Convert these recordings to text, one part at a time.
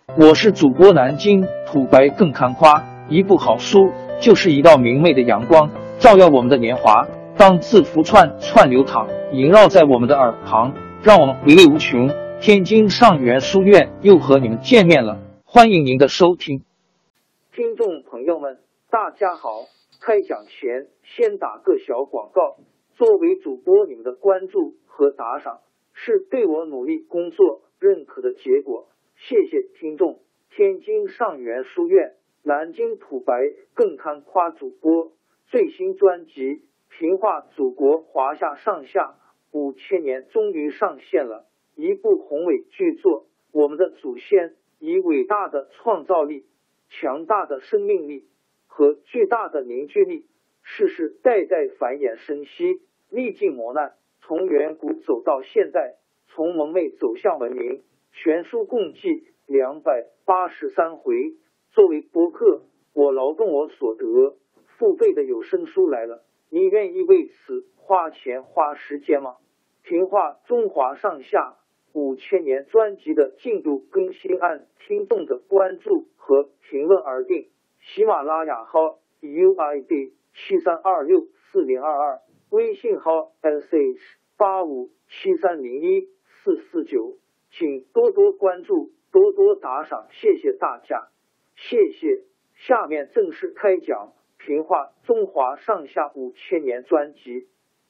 我是主播南京土白更看花，一部好书就是一道明媚的阳光，照耀我们的年华。当字符串流淌，萦绕在我们的耳旁，让我们回味无穷。天津上元书院又和你们见面了，欢迎您的收听。听众朋友们，大家好。开讲前先打个小广告，作为主播，你们的关注和打赏是对我努力工作认可的结果，谢谢听众。天津上元书院南京土白更看花主播最新专辑《平话祖国华夏上下5000年》终于上线了，一部宏伟巨作。我们的祖先以伟大的创造力、强大的生命力和巨大的凝聚力，世世代代繁衍生息，历尽磨难，从远古走到现代，从蒙昧走向文明。全书共计283回。作为播客，我劳动我所得，付费的有声书来了，你愿意为此花钱花时间吗？评话中华上下5000年专辑的进度更新按听众的关注和评论而定。喜马拉雅号 UID 73264022，微信号 SH8573014449，请多多关注，多多打赏，谢谢大家，谢谢。下面正式开讲评话中华上下5000年专辑。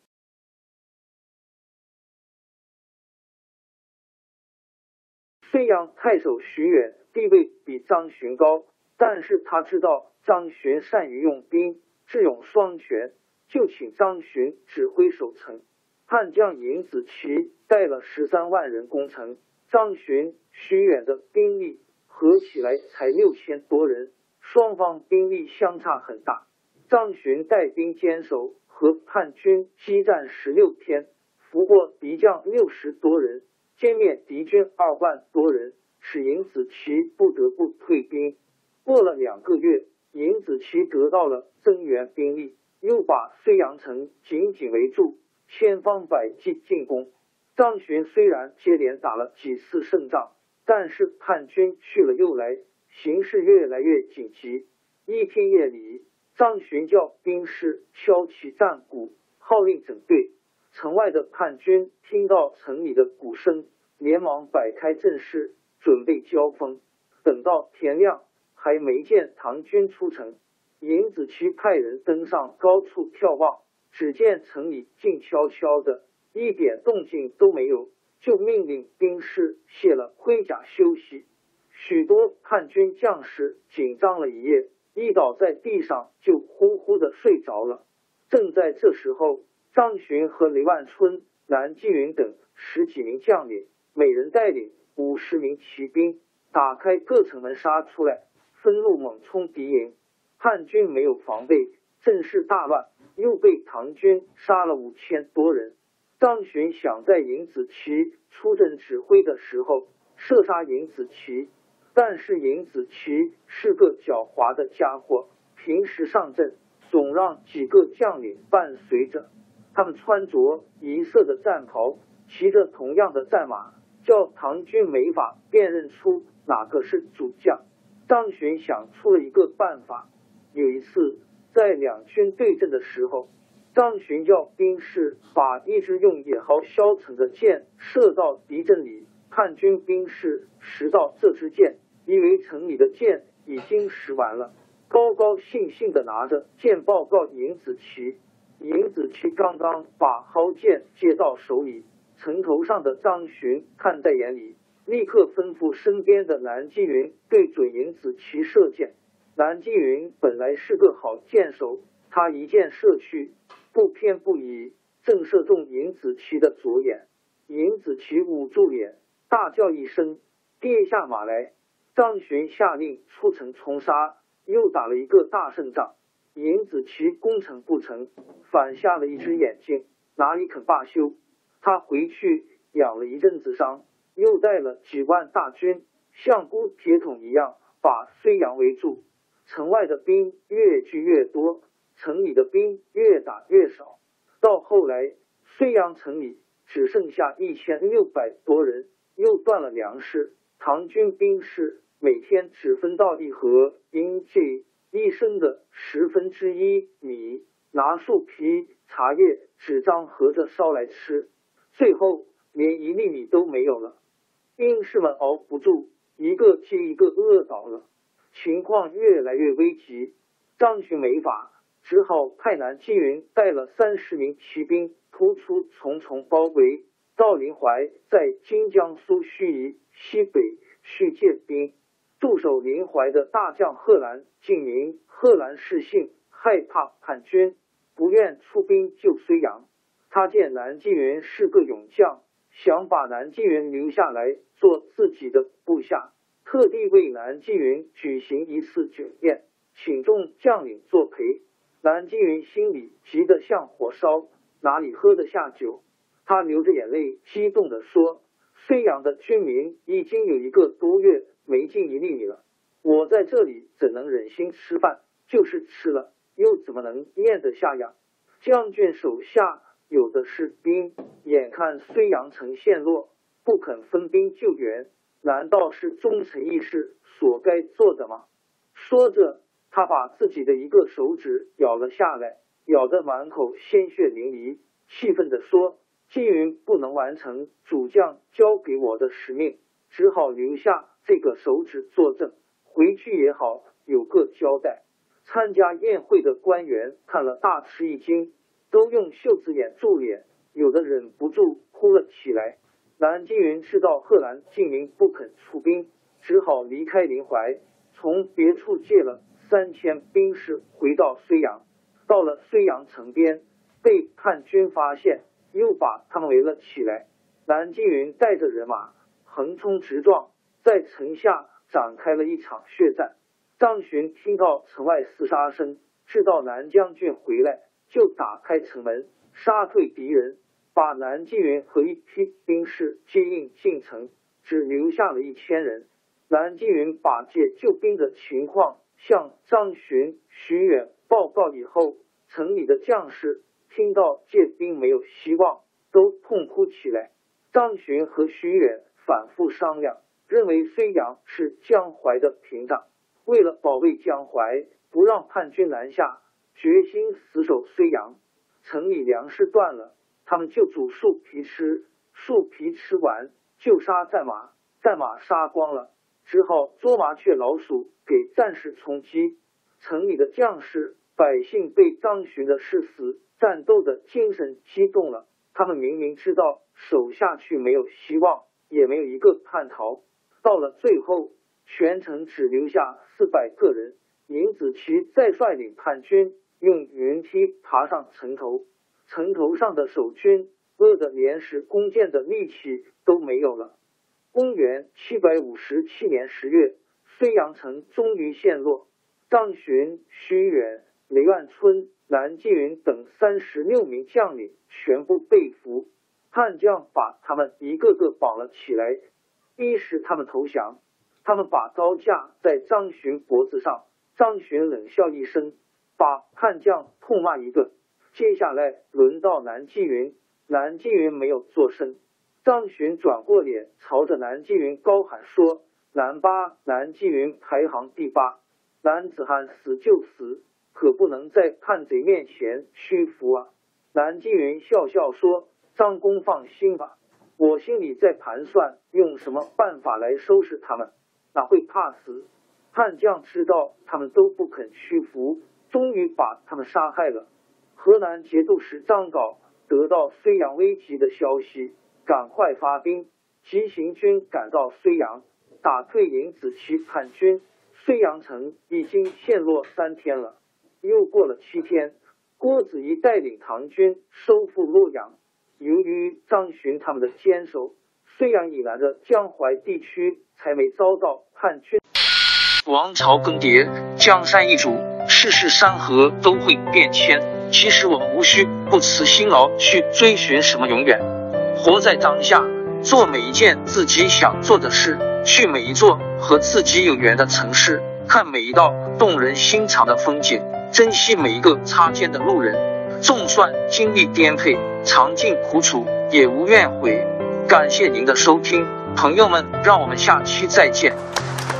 虽然太守徐远地位比张巡高，但是他知道张巡善于用兵，智勇双全，就请张巡指挥守城。叛将尹子奇带了13万人攻城，张巡、徐远的兵力合起来才6000多人，双方兵力相差很大。张巡带兵坚守，和叛军激战16天，俘获敌将60多人，歼灭敌军2万多人，使尹子奇不得不退兵。过了2个月，尹子奇得到了增援兵力，又把睢阳城紧紧围住，千方百计进攻。张巡虽然接连打了几次胜仗，但是叛军去了又来，形势越来越紧急。一天夜里，张巡叫兵士敲起战鼓，号令整队。城外的叛军听到城里的鼓声，连忙摆开阵势，准备交锋。等到天亮，还没见唐军出城。尹子奇派人登上高处眺望，只见城里静悄悄的，一点动静都没有，就命令兵士卸了盔甲休息。许多叛军将士紧张了一夜，一倒在地上就呼呼的睡着了。正在这时候，张巡和雷万春、蓝继云等10几名将领，每人带领50名骑兵，打开各城门杀出来，分路猛冲敌营。叛军没有防备，阵势大乱，又被唐军杀了5000多人。张巡想在尹子奇出阵指挥的时候射杀尹子奇，但是尹子奇是个狡猾的家伙，平时上阵总让几个将领伴随着，他们穿着一色的战袍，骑着同样的战马，叫唐军没法辨认出哪个是主将。张巡想出了一个办法，有一次在两军对阵的时候，张巡叫兵士把一支用野蒿削成的箭射到敌阵里，叛军兵士拾到这支箭，以为城里的箭已经拾完了，高高兴兴地拿着箭报告尹子奇。尹子奇刚刚把蒿箭接到手里，城头上的张巡看在眼里，立刻吩咐身边的蓝继云对准尹子奇射箭。蓝继云本来是个好箭手，他一箭射去，不偏不倚，正射中尹子奇的左眼。尹子奇捂住脸，大叫一声，跌下马来。张巡下令出城冲杀，又打了一个大胜仗。尹子奇攻城不成，反瞎了一只眼睛，哪里肯罢休。他回去养了一阵子伤，又带了几万大军，像箍铁桶一样把睢阳围住。城外的兵越聚越多，城里的兵越打越少。到后来，睢阳城里只剩下1600多人，又断了粮食，唐军兵士每天只分到1盒因这一升的1/10米，拿树皮、茶叶、纸张合着烧来吃，最后连1粒米都没有了。兵士们熬不住，一个接一个饿倒了，情况越来越危急。张巡没法，只好派南霁云带了30名骑兵突出重重包围，到临淮，在今江苏盱眙西北续借兵。驻守临淮的大将贺兰敬明，贺兰士信，害怕叛军，不愿出兵救睢阳。他见南霁云是个勇将，想把南霁云留下来做自己的部下，特地为南霁云举行一次酒宴，请众将领作陪。南霁云心里急得像火烧，哪里喝得下酒？他流着眼泪激动地说，睢阳的军民已经有1个多月没进1粒米了，我在这里怎能忍心吃饭？就是吃了，又怎么能咽得下呀？将军手下有的是兵，眼看睢阳城陷落，不肯分兵救援，难道是忠臣义士所该做的吗？说着，他把自己的1个手指咬了下来，咬得满口鲜血淋漓，气愤地说，霁云不能完成主将交给我的使命，只好留下这个手指作证，回去也好有个交代。参加宴会的官员看了大吃一惊，都用袖子掩住脸，有的忍不住哭了起来。南霁云知道贺兰敬明不肯出兵，只好离开临淮，从别处借了3000兵士回到睢阳。到了睢阳城边，被叛军发现，又把他们围了起来。南霁云带着人马横冲直撞，在城下展开了一场血战。张巡听到城外厮杀声，知道南将军回来，就打开城门，杀退敌人，把南霁云和一批兵士接应进城，只留下了1000人。南霁云把借救兵的情况向张巡、徐远报告以后，城里的将士听到借兵没有希望，都痛哭起来。张巡和徐远反复商量，认为睢阳是江淮的屏障，为了保卫江淮，不让叛军南下，决心死守睢阳。城里粮食断了，他们就煮树皮吃，树皮吃完就杀战马，战马杀光了，只好捉麻雀老鼠给战士充饥。城里的将士百姓被张巡的誓死战斗的精神激动了，他们明明知道守下去没有希望，也没有一个叛逃，到了最后，全城只留下400个人。宁子奇再率领叛军用云梯爬上城头，城头上的守军饿得连使弓箭的力气都没有了。公元757年10月，睢阳城终于陷落。张巡、徐远、雷万春、南霁云等36名将领全部被俘，叛将把他们一个个绑了起来，逼使他们投降。他们把刀架在张巡脖子上，张巡冷笑一声，把叛将痛骂一顿。接下来轮到南霁云，南霁云没有作声。张巡转过脸，朝着南霁云高喊说，南8，南霁云排行第8，男子汉死就死，可不能在叛贼面前屈服啊。南霁云笑笑说，张公放心吧，我心里在盘算用什么办法来收拾他们，哪会怕死？叛将知道他们都不肯屈服，终于把他们杀害了。河南节度使张镐得到睢阳危急的消息，赶快发兵，急行军赶到睢阳，打退迎子奇叛军。睢阳城已经陷落3天了。又过了7天，郭子仪带领唐军收复洛阳。由于张巡他们的坚守，睢阳以南的江淮地区才没遭到叛军。王朝更迭，江山易主，世事山河都会变迁。其实我们无需不辞辛劳去追寻什么永远，活在当下，做每一件自己想做的事，去每一座和自己有缘的城市，看每一道动人心肠的风景，珍惜每一个擦肩的路人。纵算经历颠沛，尝尽苦楚，也无怨悔。感谢您的收听，朋友们，让我们下期再见。